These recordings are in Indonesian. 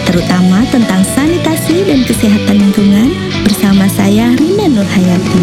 terutama tentang sanitasi dan kesehatan lingkungan bersama saya Rina Nurhayati.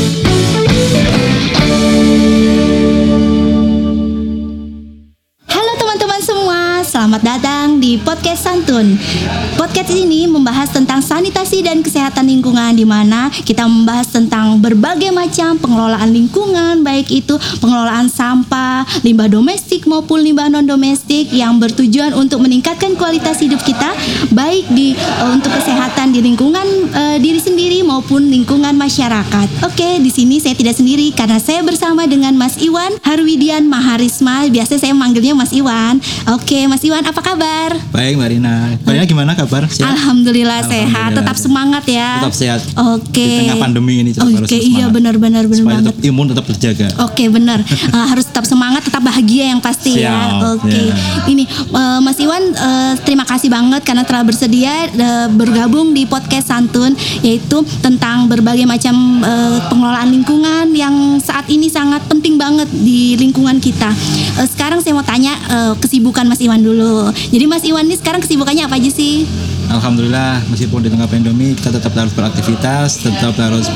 Halo teman-teman semua, selamat datang di Podcast Santun. Podcast ini membahas tentang sanitasi dan kesehatan lingkungan, di mana kita membahas tentang berbagai macam pengelolaan lingkungan, baik itu pengelolaan sampah, limbah domestik maupun limbah non-domestik yang bertujuan untuk meningkatkan kualitas hidup kita, baik untuk kesehatan di lingkungan diri sendiri maupun lingkungan masyarakat. Oke, di sini saya tidak sendiri karena saya bersama dengan Mas Iwan Harwidian Maharisma. Biasa saya manggilnya Mas Iwan. Oke, Mas Iwan, apa kabar? Baik, Mbak Rina. Mbak Rina gimana kabar? Sehat? Alhamdulillah sehat. Tetap semangat ya. Tetap sehat. Oke. Di tengah pandemi ini tetap harus semangat. Iya, benar supaya banget. tetap imun tetap terjaga. Oke, benar. Harus tetap semangat, tetap bahagia yang pasti. Siap, ya. Oke. ya. Ini Mas Iwan, terima kasih banget karena telah bersedia bergabung di Podcast Santun, yaitu tentang berbagai macam pengelolaan lingkungan yang saat ini sangat penting banget di lingkungan kita. Sekarang saya mau tanya kesibukan Mas Iwan dulu. Jadi Mas Iwan ini sekarang kesibukannya apa aja sih? Alhamdulillah, meskipun di tengah pandemi kita tetap harus beraktivitas, tetap harus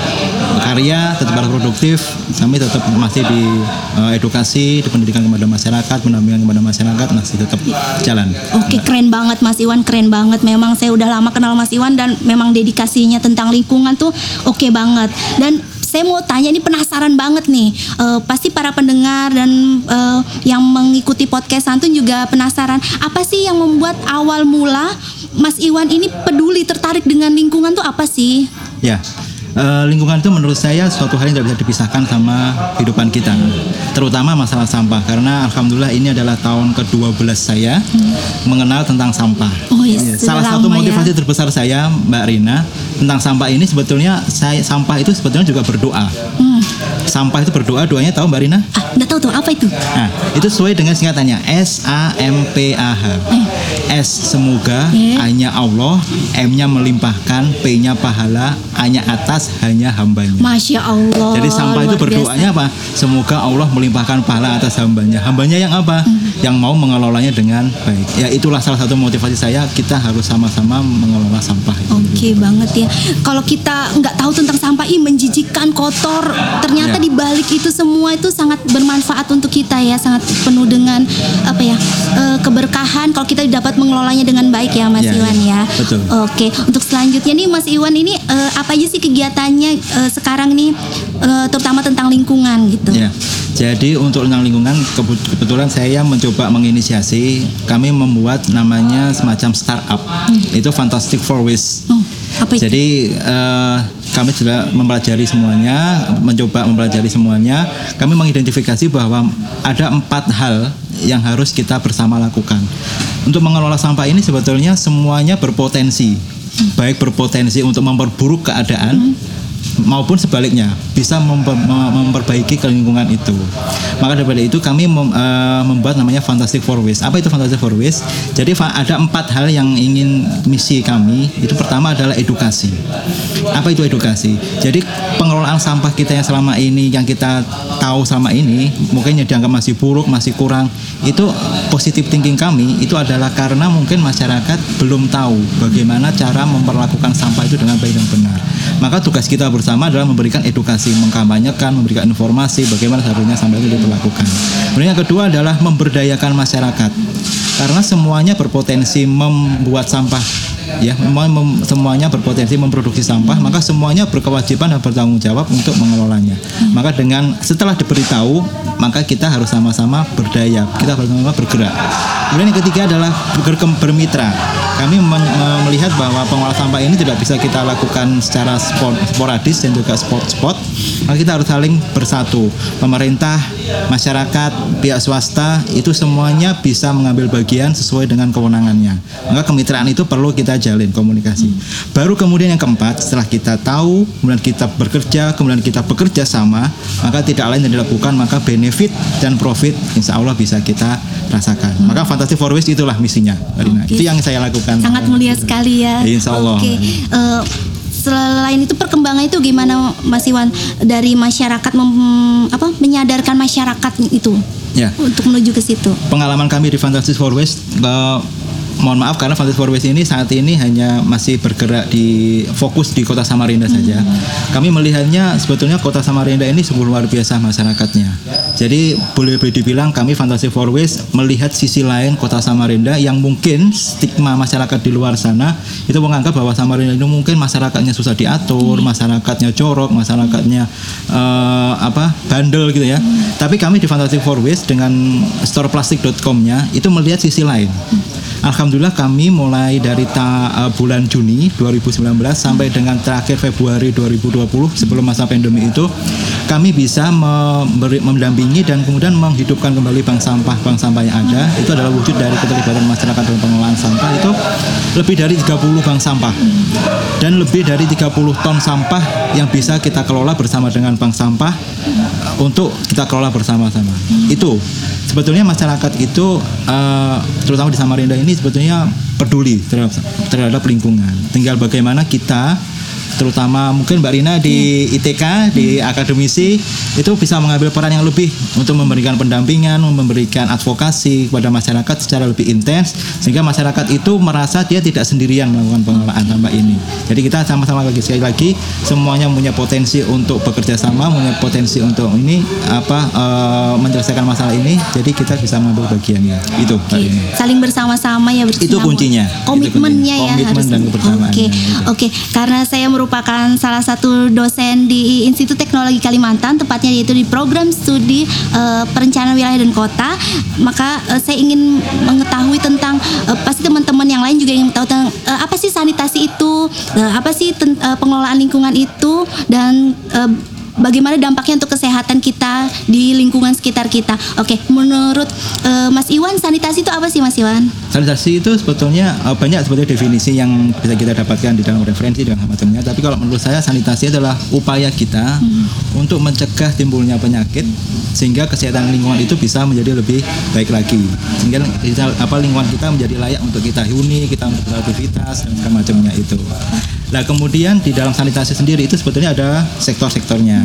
berkarya, tetap harus produktif. Kami tetap masih di edukasi, di pendidikan kepada masyarakat, pendampingan kepada masyarakat masih tetap jalan. Oke, keren banget Mas Iwan, keren banget. Memang saya udah lama kenal Mas Iwan dan memang dedikasinya tentang lingkungan tuh oke banget. Dan saya mau tanya, ini penasaran banget nih. Pasti para pendengar dan yang mengikuti Podcast Santun juga penasaran. Apa sih yang membuat awal mula Mas Iwan ini peduli, tertarik dengan lingkungan tuh apa sih? Ya, lingkungan itu menurut saya suatu hal yang tidak bisa dipisahkan sama kehidupan kita, terutama masalah sampah. Karena alhamdulillah ini adalah tahun ke-12 saya mengenal tentang sampah. Oh, yes, salah satu motivasi terbesar saya, Mbak Rina, tentang sampah ini sebetulnya sampah itu sebetulnya juga berdoa. Sampah itu berdoa, doanya tahu Mbak Rina? Nggak tahu tuh, apa itu? Nah, itu sesuai dengan singkatannya SAMPAH. S semoga, A-nya Allah, M-nya melimpahkan, P-nya pahala, A-nya atas, hanya hambanya. Masya Allah. Jadi sampah itu berdoanya apa? Semoga Allah melimpahkan pahala atas hambanya. Hambanya yang apa? Yang mau mengelolanya dengan baik. Ya itulah salah satu motivasi saya, kita harus sama-sama mengelola sampah. Oke banget ya. Kalau kita nggak tahu tentang sampah, menjijikkan, kotor, ternyata di balik itu semua itu sangat bermanfaat untuk kita ya, sangat penuh dengan keberkahan kalau kita dapat mengelolanya dengan baik ya Mas Iwan ya. Betul. Oke, untuk selanjutnya nih Mas Iwan ini apa aja sih kegiatannya sekarang nih, terutama tentang lingkungan gitu? Ya. Jadi untuk tentang lingkungan kebetulan saya mencoba menginisiasi, kami membuat namanya semacam startup. Itu Fantastic Four Waste. Apa itu? Jadi kami sudah mempelajari semuanya, mencoba mempelajari semuanya. Kami mengidentifikasi bahwa ada 4 hal yang harus kita bersama lakukan. Untuk mengelola sampah ini sebetulnya semuanya berpotensi, baik berpotensi untuk memperburuk keadaan maupun sebaliknya bisa memperbaiki lingkungan itu. Maka daripada itu kami membuat namanya Fantastic Four Waste. Apa itu Fantastic Four Waste? Jadi ada 4 hal yang ingin misi kami. Itu pertama adalah edukasi. Apa itu edukasi? Jadi pengelolaan sampah kita yang selama ini, yang kita tahu selama ini, mungkin yang dianggap masih buruk, masih kurang. Itu positive thinking kami itu adalah karena mungkin masyarakat belum tahu bagaimana cara memperlakukan sampah itu dengan baik dan benar. Maka tugas kita bersama adalah memberikan edukasi, mengkampanyekan, memberikan informasi bagaimana seharusnya sampah itu diperlakukan. Kemudian yang kedua adalah memberdayakan masyarakat. Karena semuanya berpotensi membuat sampah, ya, semuanya berpotensi memproduksi sampah, maka semuanya berkewajiban dan bertanggung jawab untuk mengelolanya. Maka setelah diberitahu, maka kita harus sama-sama berdaya, kita bersama-sama bergerak. Kemudian yang ketiga adalah bermitra. Kami melihat bahwa pengelolaan sampah ini tidak bisa kita lakukan secara sporadis dan juga spot-spot. Maka kita harus saling bersatu. Pemerintah, masyarakat, pihak swasta itu semuanya bisa mengambil bagian sesuai dengan kewenangannya. Maka kemitraan itu perlu kita jalin komunikasi. Baru kemudian yang keempat, setelah kita tahu, kemudian kita bekerja, kemudian kita bekerja sama, maka tidak lain yang dilakukan, maka benefit dan profit insya Allah bisa kita rasakan. Maka Fantastic Four Waste itulah misinya. Itu yang saya lakukan. Sangat mulia sekali ya. Insya Allah. Selain itu perkembangan itu gimana Mas Iwan dari masyarakat menyadarkan masyarakat itu untuk menuju ke situ? Pengalaman kami di Fantastic Four Waste mohon maaf karena Fantastic Four Ways ini saat ini hanya masih bergerak di fokus di Kota Samarinda saja. Kami melihatnya sebetulnya Kota Samarinda ini sungguh luar biasa masyarakatnya. Jadi boleh dibilang kami Fantastic Four Ways melihat sisi lain Kota Samarinda yang mungkin stigma masyarakat di luar sana itu menganggap bahwa Samarinda itu mungkin masyarakatnya susah diatur, masyarakatnya jorok, masyarakatnya bandel gitu ya. Tapi kami di Fantastic Four Ways dengan storeplastic.com-nya itu melihat sisi lain. Alhamdulillah kami mulai dari bulan Juni 2019 sampai dengan terakhir Februari 2020 sebelum masa pandemi itu kami bisa mendampingi dan kemudian menghidupkan kembali bank sampah yang ada. Itu adalah wujud dari keterlibatan masyarakat dalam pengelolaan sampah. Itu lebih dari 30 bank sampah dan lebih dari 30 ton sampah yang bisa kita kelola bersama dengan bank sampah untuk kita kelola bersama-sama. Itu sebetulnya masyarakat itu terutama di Samarinda ini sebetulnya peduli terhadap lingkungan. Tinggal bagaimana kita, terutama mungkin Mbak Rina di ITK, di akademisi itu bisa mengambil peran yang lebih untuk memberikan pendampingan, memberikan advokasi kepada masyarakat secara lebih intens sehingga masyarakat itu merasa dia tidak sendirian melakukan pengelolaan sampah ini. Jadi kita sama-sama sekali lagi semuanya punya potensi untuk bekerja sama, punya potensi untuk menyelesaikan masalah ini. Jadi kita bisa mengambil bagiannya. Itu saling bersama-sama ya, itu kuncinya. Komitmennya ya, komitmen dan kebersamaannya. Oke. Karena saya merupakan salah satu dosen di Institut Teknologi Kalimantan, tepatnya yaitu di program studi perencanaan wilayah dan kota, maka saya ingin mengetahui tentang pasti teman-teman yang lain juga ingin tahu tentang apa sih sanitasi itu, apa sih pengelolaan lingkungan itu, dan bagaimana dampaknya untuk kesehatan kita di lingkungan sekitar kita. Oke, menurut Mas Iwan, sanitasi itu apa sih Mas Iwan? Sanitasi itu sebetulnya banyak sebetulnya definisi yang bisa kita dapatkan di dalam referensi dan macamnya. Tapi kalau menurut saya sanitasi adalah upaya kita untuk mencegah timbulnya penyakit sehingga kesehatan lingkungan itu bisa menjadi lebih baik lagi. Sehingga lingkungan kita menjadi layak untuk kita huni, kita untuk beraktivitas dan macamnya itu. Nah kemudian di dalam sanitasi sendiri itu sebetulnya ada sektor-sektornya.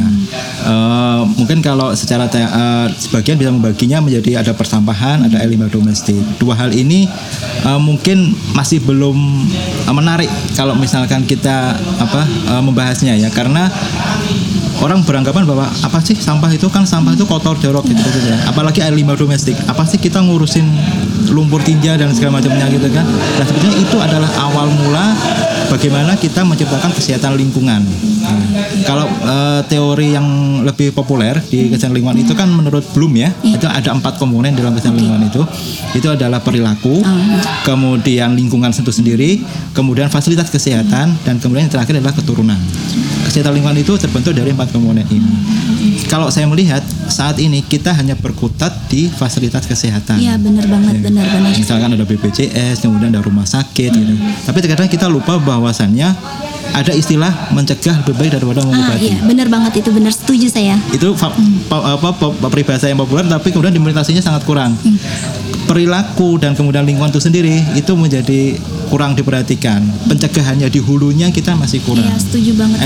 Mungkin kalau secara sebagian bisa membaginya menjadi ada persampahan, ada air limbah domestik. Dua hal ini mungkin masih belum menarik kalau misalkan kita membahasnya ya, karena orang beranggapan bahwa apa sih sampah itu kotor jorok gitu ya. Apalagi air limbah domestik. Apa sih kita ngurusin lumpur tinja dan segala macamnya gitu kan. Nah sebetulnya itu adalah awal mula bagaimana kita menciptakan kesehatan lingkungan. Kalau teori yang lebih populer di kesehatan lingkungan itu kan menurut Bloom ya, itu ada 4 komponen dalam kesehatan lingkungan itu. Itu adalah perilaku, kemudian lingkungan itu sendiri, kemudian fasilitas kesehatan, dan kemudian yang terakhir adalah keturunan. Kesehatan lingkungan itu terbentuk dari 4 komponen ini. Kalau saya melihat saat ini kita hanya berkutat di fasilitas kesehatan. Iya benar banget, benar. Misalkan ada BPJS, kemudian ada rumah sakit gitu. Tapi terkadang kita lupa bahwasannya ada istilah mencegah lebih baik daripada mengobati. Iya, benar banget itu, benar, setuju saya. Itu peribahasa yang populer tapi kemudian implementasinya sangat kurang. Perilaku dan kemudian lingkungan itu sendiri itu menjadi kurang diperhatikan. Pencegahannya di hulunya kita masih kurang. Iya, setuju banget.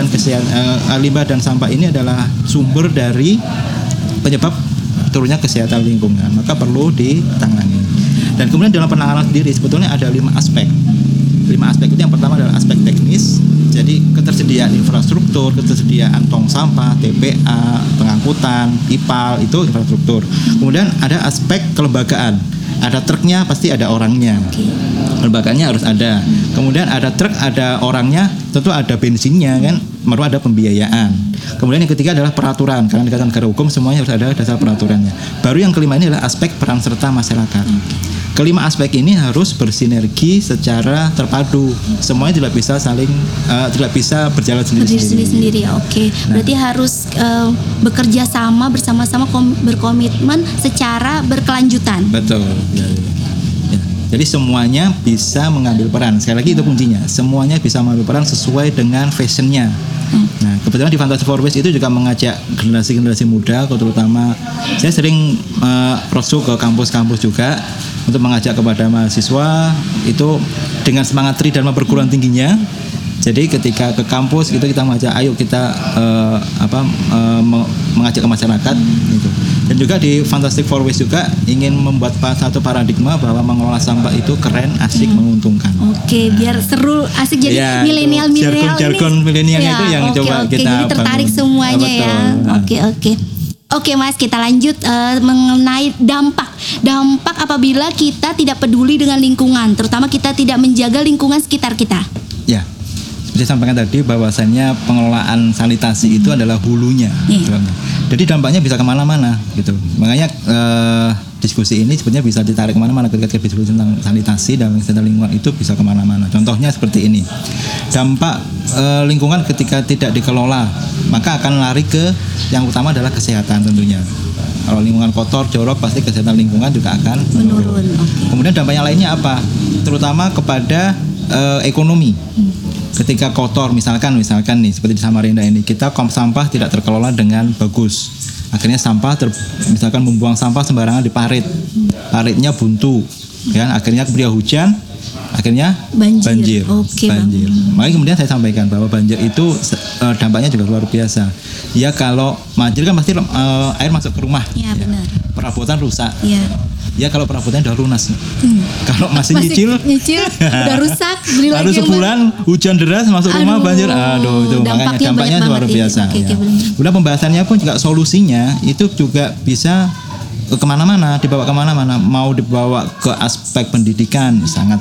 Air limbah dan sampah ini adalah sumber dari penyebab turunnya kesehatan lingkungan, maka perlu ditangani. Dan kemudian dalam penanganan sendiri sebetulnya ada 5 aspek. 5 aspek itu yang pertama adalah aspek teknis, jadi ketersediaan infrastruktur, ketersediaan tong sampah, TPA, pengangkutan, IPAL, itu infrastruktur. Kemudian ada aspek kelembagaan, ada truknya pasti ada orangnya, kelembagaannya harus ada. Kemudian ada truk, ada orangnya, tentu ada bensinnya kan, baru ada pembiayaan. Kemudian yang ketiga adalah peraturan, karena dikatakan negara hukum semuanya harus ada dasar peraturannya. Baru yang kelima ini adalah aspek peran serta masyarakat. Kelima aspek ini harus bersinergi secara terpadu. Semuanya tidak bisa berjalan sendiri-sendiri. Oke. Berarti harus bekerja sama bersama-sama, berkomitmen secara berkelanjutan. Betul. Ya. Jadi semuanya bisa mengambil peran. Sekali lagi itu kuncinya. Semuanya bisa mengambil peran sesuai dengan fashionnya. Nah, kebetulan di Fantastic Four Ways itu juga mengajak generasi-generasi muda, terutama saya sering roadshow ke kampus-kampus juga untuk mengajak kepada mahasiswa itu dengan semangat Tridharma perguruan tingginya. Jadi ketika ke kampus gitu kita mengajak, ayo kita mengajak ke masyarakat gitu. Dan juga di Fantastic Four Ways juga ingin membuat satu paradigma bahwa mengelola sampah itu keren, asik, menguntungkan. Oke, biar seru, asik, jadi milenial jargon milenialnya itu yang coba kita jadi tertarik bangun. Semuanya ya. Oke Mas, kita lanjut mengenai dampak apabila kita tidak peduli dengan lingkungan, terutama kita tidak menjaga lingkungan sekitar kita. Ya, seperti sampaikan tadi bahwasannya pengelolaan sanitasi itu adalah hulunya. Jadi dampaknya bisa kemana-mana gitu. Makanya diskusi ini sebenarnya bisa ditarik kemana-mana ketika diskusi tentang sanitasi dan lingkungan itu bisa kemana-mana. Contohnya seperti ini, dampak lingkungan ketika tidak dikelola maka akan lari ke yang utama adalah kesehatan tentunya. Kalau lingkungan kotor, jorok, pasti kesehatan lingkungan juga akan menurun. Kemudian dampaknya lainnya apa? Terutama kepada ekonomi. Ketika kotor misalkan nih seperti di Samarinda ini, kita sampah tidak terkelola dengan bagus. Akhirnya misalkan membuang sampah sembarangan di paritnya buntu, kan? Akhirnya kemudian hujan, akhirnya banjir. Banjir. Makanya kemudian saya sampaikan bahwa banjir itu dampaknya juga luar biasa. Ya kalau banjir kan pasti air masuk ke rumah. Ya, benar. Perabotan rusak. Ya kalau perabotan udah lunas. Kalau masih nyicil udah rusak, beli lagi. Lalu sebulan hujan deras masuk rumah banjir. Itu makanya dampaknya luar biasa. Udah pembahasannya pun juga solusinya itu juga bisa kemana-mana, dibawa kemana-mana. Mau dibawa ke aspek pendidikan sangat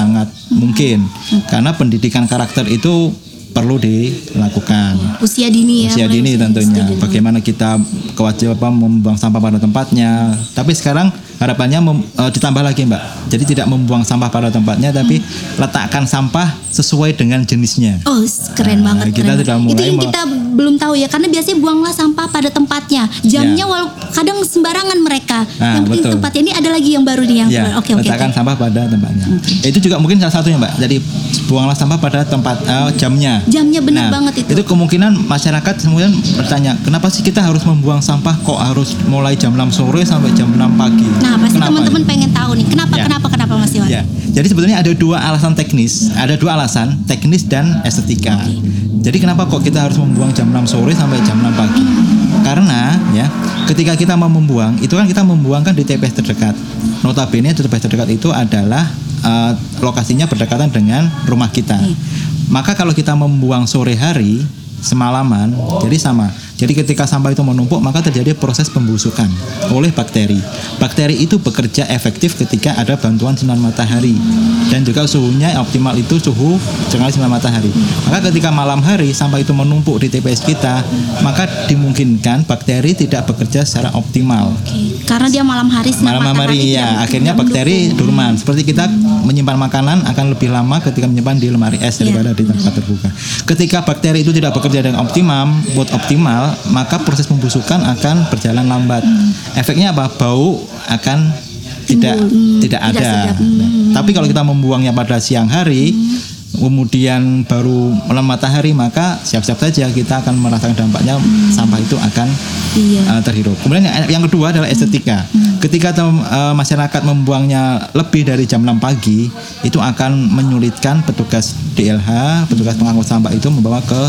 mungkin, karena pendidikan karakter itu perlu dilakukan. Usia dini tentunya. Bagaimana kita kewajiban membuang sampah pada tempatnya. Tapi sekarang harapannya ditambah lagi Mbak. Jadi tidak membuang sampah pada tempatnya, tapi letakkan sampah sesuai dengan jenisnya. Oh, keren banget. Kita sudah mulai itu yang kita belum tahu ya, karena biasanya buanglah sampah pada tempatnya. Jamnya kadang sembarangan mereka. Yang penting tempatnya. Ini ada lagi yang baru nih yang letakkan sampah pada tempatnya. Itu juga mungkin salah satunya Mbak. Jadi buanglah sampah pada tempat jamnya. Jamnya benar banget itu. Itu kemungkinan masyarakat kemudian bertanya, kenapa sih kita harus membuang sampah kok harus mulai jam 6 sore sampai jam 6 pagi? Nah, pasti teman-teman pengen tahu nih, kenapa Mas Iwan? Ya. Jadi sebetulnya ada dua alasan teknis, teknis dan estetika. Jadi kenapa kok kita harus membuang jam 6 sore sampai jam 6 pagi? Karena ya, ketika kita mau membuang, itu kan kita membuang kan di TPS terdekat. Notabene TPS terdekat itu adalah lokasinya berdekatan dengan rumah kita. Maka kalau kita membuang sore hari, semalaman, jadi sama. Jadi ketika sampah itu menumpuk, maka terjadi proses pembusukan oleh bakteri. Bakteri itu bekerja efektif ketika ada bantuan sinar matahari, dan juga suhunya optimal itu suhu sinar matahari. Maka ketika malam hari sampah itu menumpuk di TPS kita, maka dimungkinkan bakteri tidak bekerja secara optimal. Karena dia malam hari sinar matahari. Akhirnya bakteri dorman. Seperti kita menyimpan makanan akan lebih lama ketika menyimpan di lemari es daripada di tempat terbuka. Ketika bakteri itu tidak bekerja dengan optimal, maka proses pembusukan akan berjalan lambat. Efeknya apa? Bau akan tidak ada. Tapi kalau kita membuangnya pada siang hari, kemudian baru malam matahari, maka siap-siap saja kita akan merasakan dampaknya. Sampah itu akan terhirup. Kemudian yang kedua adalah estetika. Ketika masyarakat membuangnya lebih dari jam 6 pagi, itu akan menyulitkan petugas DLH, petugas pengangkut sampah itu membawa ke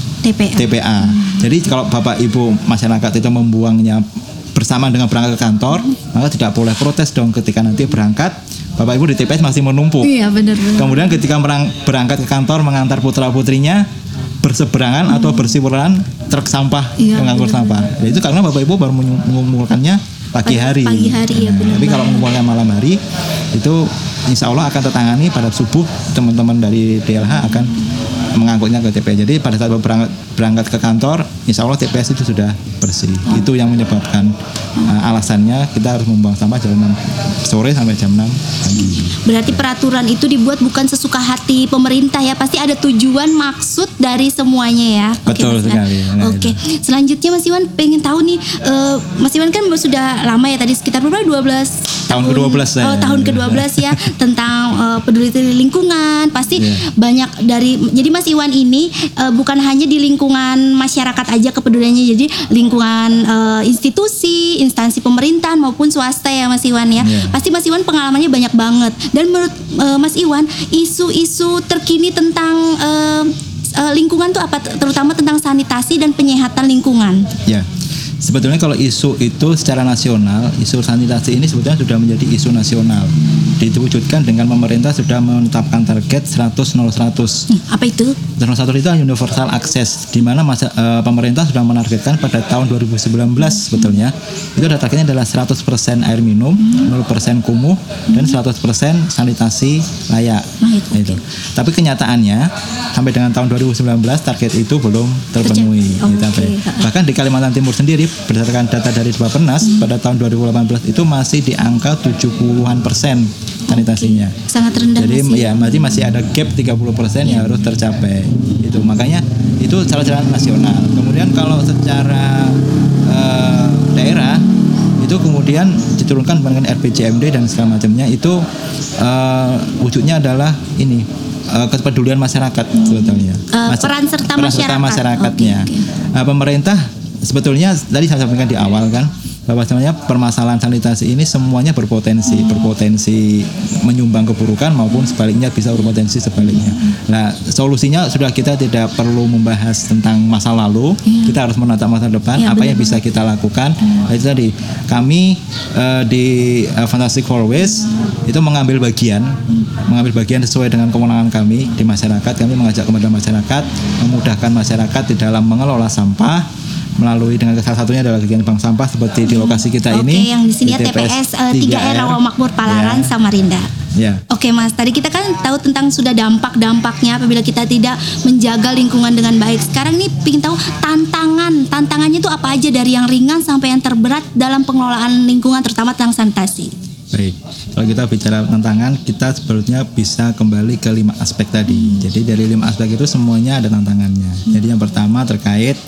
TPA. Jadi kalau Bapak Ibu masyarakat itu membuangnya bersama dengan berangkat ke kantor, maka tidak boleh protes dong ketika nanti berangkat Bapak Ibu di TPS masih menumpuk. Iya, benar. Kemudian ketika berangkat ke kantor mengantar putra-putrinya berseberangan atau bersibeuran truk sampah pengangkut sampah. Ya, itu karena Bapak Ibu baru mengumpulkannya pagi hari. Tapi kalau mengumpulkannya malam hari, itu insya Allah akan tertangani pada subuh. Teman-teman dari DLH akan mengangkutnya ke TPS. Jadi pada saat berangkat ke kantor, insya Allah TPS itu sudah bersih. Itu yang menyebabkan alasannya kita harus membuang sampah jam 6 sore sampai jam 6 pagi. Berarti peraturan itu dibuat bukan sesuka hati pemerintah ya, pasti ada tujuan maksud dari semuanya ya. Betul sekali. Oke. Selanjutnya Mas Iwan pengen tahu nih, Mas Iwan kan sudah lama ya, tadi sekitar berapa? 12 tahun ke-12 ya. Tahun ke-12 ya tentang peduli lingkungan. Pasti banyak dari, jadi Mas Iwan ini bukan hanya di lingkungan masyarakat aja kepeduliannya, jadi lingkungan institusi, instansi pemerintahan maupun swasta ya Mas Iwan ya. Pasti Mas Iwan pengalamannya banyak banget. Dan menurut Mas Iwan, isu-isu terkini tentang lingkungan tuh apa, terutama tentang sanitasi dan penyehatan lingkungan? Ya. Sebetulnya kalau isu itu secara nasional, isu sanitasi ini sebetulnya sudah menjadi isu nasional. Diwujudkan dengan pemerintah sudah menetapkan target 100-0-100. Apa itu? 100 itu universal access, di mana pemerintah sudah menargetkan pada tahun 2019 sebetulnya. Itu ada targetnya adalah 100% air minum, 0% kumuh, dan 100% sanitasi layak. Itu. Tapi kenyataannya sampai dengan tahun 2019 target itu belum terpenuhi. Bahkan di Kalimantan Timur sendiri berdasarkan data dari Bappenas pada tahun 2018 itu masih di angka 70-an% sanitasinya. Sangat rendah. Jadi ya masih ada gap 30% yang harus tercapai. Itu makanya itu secara nasional. Kemudian kalau secara daerah itu kemudian diturunkan dengan RPJMD dan segala macamnya, itu wujudnya adalah ini kepedulian masyarakat sebetulnya. Peran serta masyarakatnya. Pemerintah sebetulnya tadi saya sampaikan di awal kan, bahwa sebenarnya permasalahan sanitasi ini semuanya berpotensi menyumbang keburukan maupun sebaliknya bisa berpotensi sebaliknya. Nah, solusinya sudah kita tidak perlu membahas tentang masa lalu, kita harus menatap masa depan, apa yang bisa kita lakukan. Nah, itu tadi kami di Fantastic Four Ways itu mengambil bagian sesuai dengan kewenangan kami di masyarakat. Kami mengajak kepada masyarakat, memudahkan masyarakat di dalam mengelola sampah melalui dengan salah satunya adalah kegiatan bank sampah seperti di lokasi kita ini. Yang di sini ya TPS 3R Rawamakmur Palaran Samarinda. Ya. Oke Mas, tadi kita kan tahu tentang sudah dampaknya apabila kita tidak menjaga lingkungan dengan baik. Sekarang ini ingin tahu tantangannya itu apa aja, dari yang ringan sampai yang terberat dalam pengelolaan lingkungan terutama tentang sanitasi. Baik, kalau kita bicara tantangan, kita sebetulnya bisa kembali ke 5 aspek tadi. Jadi dari 5 aspek itu semuanya ada tantangannya. Jadi yang pertama terkait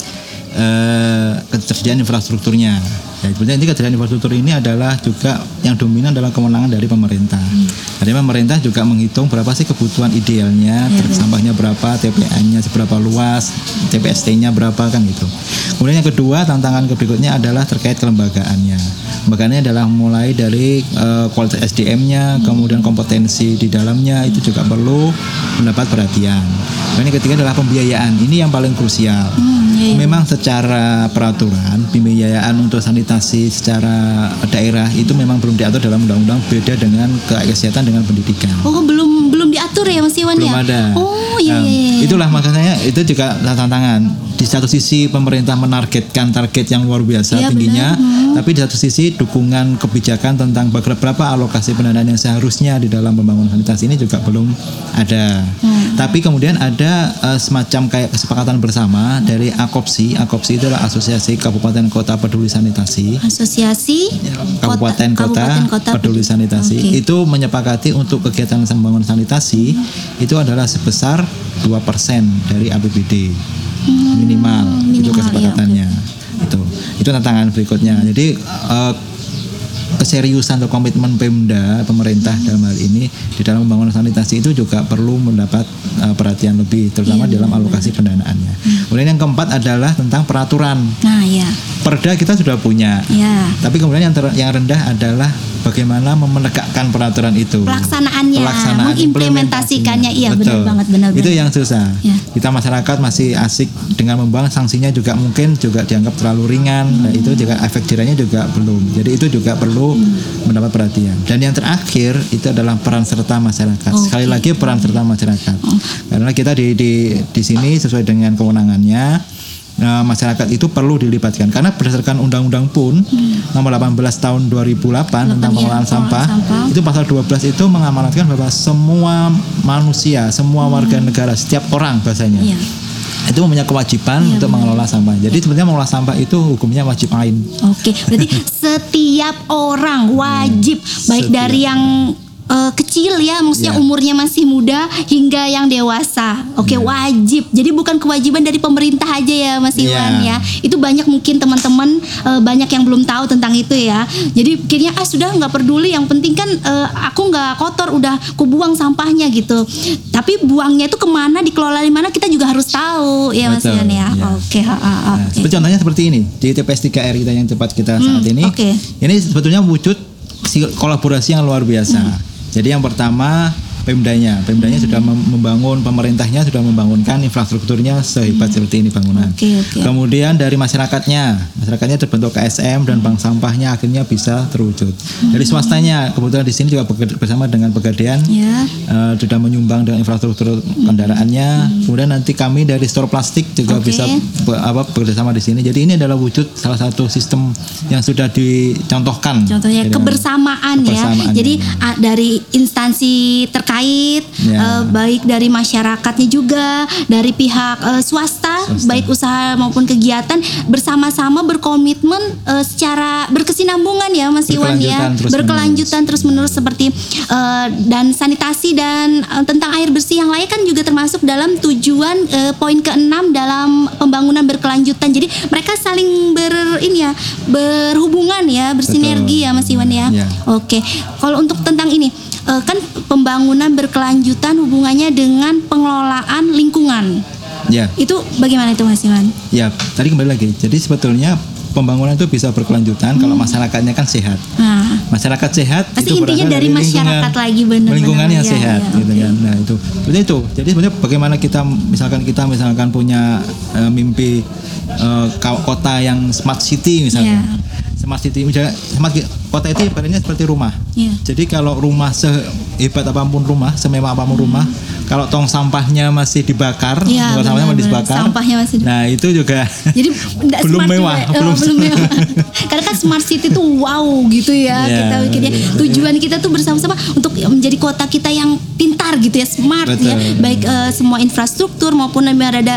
ketersediaan infrastrukturnya. Ya, sebenarnya ini ketersediaan infrastruktur ini adalah juga yang dominan adalah kewenangan dari pemerintah. Jadi pemerintah juga menghitung berapa sih kebutuhan idealnya, sampahnya berapa, TPA-nya seberapa luas, TPST-nya berapa kan gitu. Kemudian yang kedua, tantangan berikutnya adalah terkait kelembagaannya. Kelembagaannya adalah mulai dari kualitas SDM-nya, kemudian kompetensi di dalamnya itu juga perlu mendapat perhatian. Dan yang ketiga adalah pembiayaan. Ini yang paling krusial. Memang secara peraturan pembiayaan untuk sanitasi secara daerah itu memang belum diatur dalam undang-undang, beda dengan kesehatan dengan pendidikan. Oh, belum diatur ya Mas Iwan ya? Belum ada. Oh iya. Itulah makanya itu juga tantangan. Di satu sisi pemerintah menargetkan target yang luar biasa tingginya, tapi di satu sisi dukungan kebijakan tentang berapa alokasi pendanaan yang seharusnya di dalam pembangunan sanitasi ini juga belum ada. Tapi kemudian ada semacam kayak kesepakatan bersama dari AKOPSI. AKOPSI itu adalah Asosiasi Kabupaten Kota Peduli Sanitasi. Asosiasi Kabupaten Kota Peduli Sanitasi. Itu menyepakati untuk kegiatan pembangunan sanitasi itu adalah sebesar 2% dari APBD. Minimal itu kesepakatannya. Itu tantangan berikutnya. Jadi keseriusan atau komitmen Pemda, pemerintah dalam hal ini di dalam pembangunan sanitasi itu juga perlu mendapat perhatian lebih, terutama dalam alokasi pendanaannya. Kemudian yang keempat adalah tentang peraturan. Perda kita sudah punya, tapi kemudian yang rendah adalah bagaimana menegakkan peraturan itu. Pelaksanaan mengimplementasikannya. Iya, benar banget. Itu yang susah. Kita masyarakat masih asik dengan membangun, sanksinya juga mungkin juga dianggap terlalu ringan. Nah, itu juga efek jerahnya juga belum. Jadi itu juga perlu mendapat perhatian. Dan yang terakhir itu adalah peran serta masyarakat. Sekali lagi peran serta masyarakat. Karena kita di sini sesuai dengan kewenangannya. Masyarakat itu perlu dilibatkan karena berdasarkan undang-undang pun nomor 18 tahun 2008 tentang pengelolaan sampah itu pasal 12 itu mengamanatkan bahwa semua manusia, semua warga negara, setiap orang bahasanya itu mempunyai kewajiban untuk mengelola sampah. Jadi sebenarnya mengelola sampah itu hukumnya wajib ain. Berarti setiap orang wajib, baik dari yang kecil ya, maksudnya Ya. umurnya masih muda hingga yang dewasa. Oke, wajib. Jadi bukan kewajiban dari pemerintah aja ya Mas Ya. Iwan ya. Itu banyak mungkin teman-teman banyak yang belum tahu tentang itu ya. Jadi kayaknya sudah nggak peduli, yang penting kan aku nggak kotor, udah kubuang sampahnya gitu. Tapi buangnya itu kemana, dikelola di mana, kita juga harus tahu ya Mas Betul, Iwan ya. ya. Oke, Nah, oke. seperti contohnya seperti ini di TPS 3R kita yang tempat kita saat ini. oke. Ini sebetulnya wujud kolaborasi yang luar biasa. Jadi yang pertama Pemdanya sudah membangun, pemerintahnya sudah membangunkan infrastrukturnya sehebat seperti ini bangunan. Oke. Kemudian dari masyarakatnya terbentuk KSM dan bank sampahnya akhirnya bisa terwujud. Dari swastanya kebetulan di sini juga bersama dengan Pegadaian Ya. sudah menyumbang dengan infrastruktur kendaraannya. Kemudian nanti kami dari Store Plastik juga Oke. bisa bekerjasama di sini. Jadi ini adalah wujud salah satu sistem yang sudah dicontohkan. Contohnya Dengan kebersamaan ya. kebersamaan, Jadi ya. dari instansi terkait, Ya. baik dari masyarakatnya juga, dari pihak swasta, baik usaha maupun kegiatan, bersama-sama berkomitmen secara berkesinambungan ya Mas Iwan ya. Berkelanjutan terus-menerus seperti dan sanitasi dan tentang air bersih yang layak kan juga termasuk dalam tujuan poin ke-6 dalam pembangunan berkelanjutan. Jadi mereka saling berhubungan ya, bersinergi ya Mas Iwan ya. Ya. Oke. Kalau untuk tentang ini kan pembangunan berkelanjutan hubungannya dengan pengelolaan lingkungan. Ya. Itu bagaimana itu Mas Iwan? Ya, tadi kembali lagi. Jadi sebetulnya pembangunan itu bisa berkelanjutan kalau masyarakatnya kan sehat. Nah, Masyarakat sehat pasti itu intinya berasal dari masyarakat lagi, benar-benar. lingkungan yang Ya, sehat ya, gitu oke. kan. Nah, itu. Seperti itu. Jadi sebenarnya bagaimana kita misalkan punya mimpi kota yang smart city misalnya. Ya. Smart city misalnya kota itu ibaratnya seperti rumah. Ya. Jadi kalau rumah sehebat apapun rumah, semewah apapun rumah, kalau tong sampahnya masih dibakar, Ya, tong sampahnya benar-benar. dibakar. Sampahnya masih Nah, itu juga Jadi enggak belum smart mewah, juga. Belum mewah. Karena kan smart city tuh wow gitu ya, Ya, kita pikirnya. Tujuan kita tuh bersama-sama untuk menjadi kota kita yang pintar gitu ya, smart Betul, ya. betul. Baik semua infrastruktur maupun ada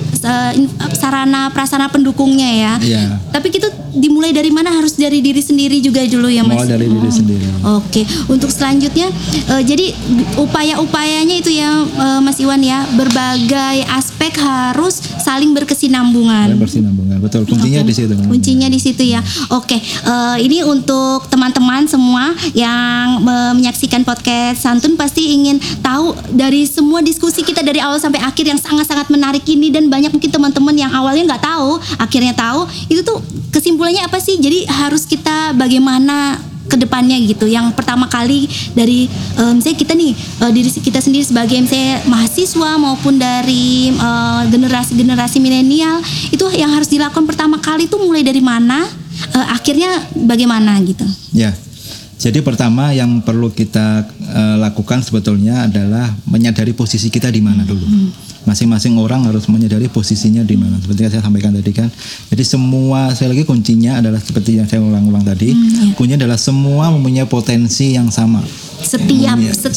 sarana prasarana pendukungnya ya. Iya. Tapi kita dimulai dari mana, harus dari diri sendiri juga dulu ya Mas. Mulai dari diri sendiri. Oke, untuk selanjutnya jadi upaya-upayanya itu ya Mas Iwan ya, berbagai aspek harus saling berkesinambungan. Bersinambungan. Betul. Kuncinya Oke. di situ. Kuncinya di situ ya. Oke, ini untuk teman-teman semua yang menyaksikan podcast Santun pasti ingin tahu dari semua diskusi kita dari awal sampai akhir yang sangat-sangat menarik ini, dan banyak mungkin teman-teman yang awalnya nggak tahu, akhirnya tahu. Itu tuh kesimpulannya apa sih? Jadi harus kita bagaimana ke depannya gitu. Yang pertama kali dari misalnya kita nih diri kita sendiri sebagai misalnya mahasiswa maupun dari generasi milenial, itu yang harus dilakukan pertama kali itu mulai dari mana, akhirnya bagaimana gitu. Ya. Jadi pertama yang perlu kita lakukan sebetulnya adalah menyadari posisi kita di mana dulu. Masing-masing orang harus menyadari posisinya di mana. Seperti yang saya sampaikan tadi kan. Jadi semua, sekali lagi kuncinya adalah seperti yang saya ulang-ulang tadi. Ya. Kuncinya adalah semua mempunyai potensi yang sama. Setiap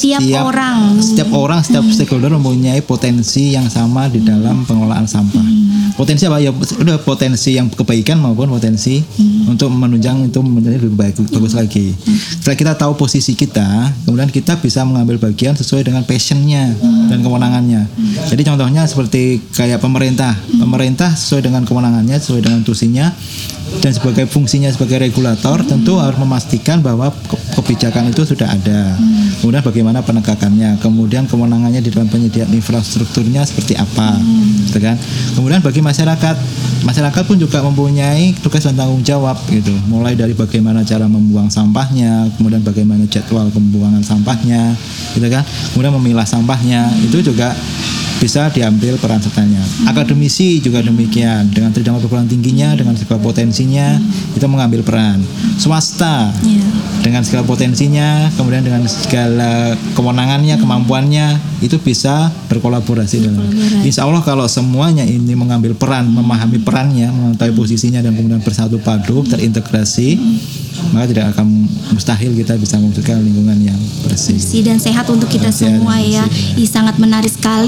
orang. Setiap orang, setiap stakeholder mempunyai potensi yang sama di dalam pengelolaan sampah. Potensi apa? Ya udah potensi yang kebaikan maupun potensi untuk menunjang itu menjadi lebih bagus lagi. Setelah kita tahu posisi kita, kemudian kita bisa mengambil bagian sesuai dengan passionnya dan kewenangannya. Jadi contohnya seperti kayak pemerintah sesuai dengan kewenangannya, sesuai dengan tusinya, dan sebagai fungsinya sebagai regulator tentu harus memastikan bahwa kebijakan itu sudah ada. Kemudian bagaimana penegakannya, kemudian kewenangannya di dalam penyediaan infrastrukturnya seperti apa, gitu kan. Kemudian bagi masyarakat pun juga mempunyai tugas dan tanggung jawab gitu. Mulai dari bagaimana cara membuang sampahnya, kemudian bagaimana jadwal pembuangan sampahnya, gitu kan. Kemudian memilah sampahnya, itu juga bisa diambil peran sertanya. Akademisi juga demikian, dengan tridharma perguruan tingginya, dengan segala potensinya itu mengambil peran. Swasta dengan segala potensinya, kemudian dengan segala kewenangannya, kemampuannya, itu bisa berkolaborasi. Insya Allah kalau semuanya ini mengambil peran, memahami perannya, mengetahui posisinya, dan kemudian bersatu padu, terintegrasi, maka tidak akan mustahil kita bisa mewujudkan lingkungan yang bersih Dan sehat untuk kita semua ya. Sangat menarik sekali.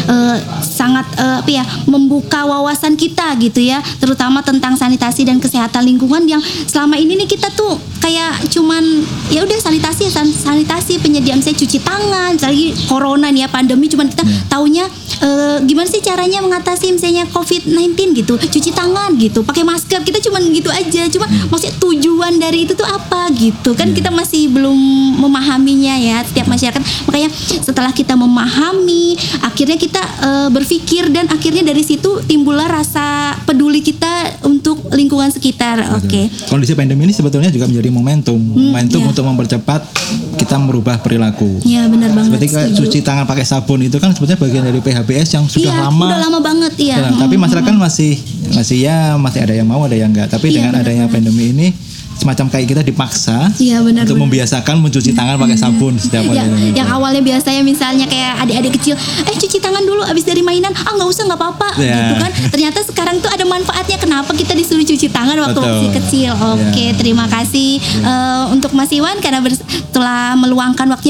sangat membuka wawasan kita gitu ya, terutama tentang sanitasi dan kesehatan lingkungan yang selama ini nih kita tuh kayak cuman ya udah sanitasi penyediaan misalnya cuci tangan, lagi corona nih ya pandemi, cuman kita taunya gimana sih caranya mengatasi misalnya COVID-19 gitu, cuci tangan gitu, pakai masker, kita cuman gitu aja. Cuma maksudnya tujuan dari itu tuh apa gitu kan, kita masih belum memahaminya ya setiap masyarakat. Makanya setelah kita memahami, akhirnya kita berpikir dan akhirnya dari situ timbullah rasa peduli kita untuk lingkungan sekitar. Oke. Kondisi pandemi ini sebetulnya juga menjadi momentum untuk mempercepat kita merubah perilaku. Iya, benar banget. Seperti kayak cuci tangan pakai sabun itu kan sebetulnya bagian dari PHBS yang sudah lama. Udah lama banget ya. Tapi masyarakat masih ada yang mau, ada yang enggak. Tapi dengan adanya pandemi ini semacam kayak kita dipaksa untuk membiasakan mencuci tangan pakai sabun setiap kali. Yang awalnya biasanya misalnya kayak adik-adik kecil, cuci tangan dulu abis dari mainan, nggak usah, nggak apa-apa gitu kan. Ternyata sekarang tuh ada manfaatnya, kenapa kita disuruh cuci tangan waktu masih kecil. Oke, terima kasih untuk Mas Iwan karena telah meluangkan waktunya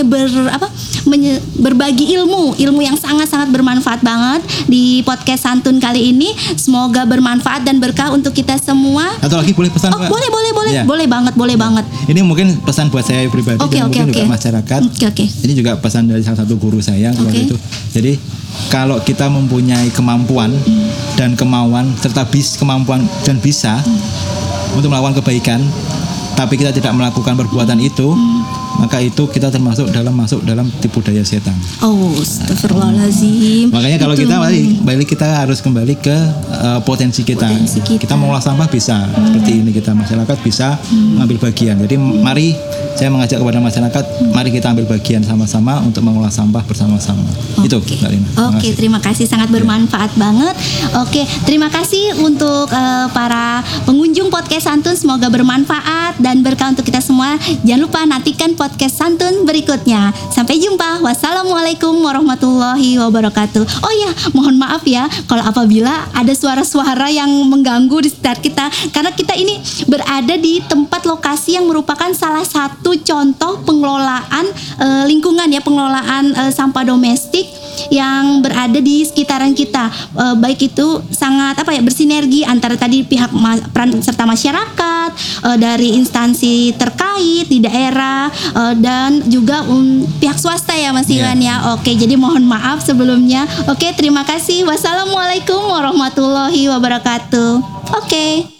berbagi ilmu yang sangat-sangat bermanfaat banget di podcast Santun kali ini. Semoga bermanfaat dan berkah untuk kita semua. Atau lagi boleh pesan? Boleh banget. Ini mungkin pesan buat saya pribadi dan mungkin juga masyarakat. Ini juga pesan dari salah satu guru saya itu. Jadi kalau kita mempunyai kemampuan dan kemauan serta kemampuan dan bisa untuk melakukan kebaikan, tapi kita tidak melakukan perbuatan itu, maka itu kita masuk dalam tipu daya setan. Astagfirullahaladzim. Makanya kalau kita balik kita harus kembali ke potensi kita. Kita mengolah sampah bisa seperti ini, kita masyarakat bisa mengambil bagian. Jadi mari saya mengajak kepada masyarakat, mari kita ambil bagian sama-sama untuk mengolah sampah bersama-sama. Itu Mbak Lina. Terima kasih, sangat bermanfaat banget. Terima kasih untuk para pengunjung podcast Santun, semoga bermanfaat dan berkah untuk kita semua. Jangan lupa nantikan podcast Santun berikutnya. Sampai jumpa. Wassalamualaikum warahmatullahi wabarakatuh. Oh ya, mohon maaf ya kalau apabila ada suara-suara yang mengganggu di sekitar kita, karena kita ini berada di tempat lokasi yang merupakan salah satu contoh pengelolaan lingkungan ya, pengelolaan sampah domestik yang berada di sekitaran kita. Baik itu sangat bersinergi antara tadi pihak peran serta masyarakat, dari instansi terkait di daerah, dan juga pihak swasta ya Mas Iwan ya. Jadi mohon maaf sebelumnya. Terima kasih. Wassalamualaikum warahmatullahi wabarakatuh.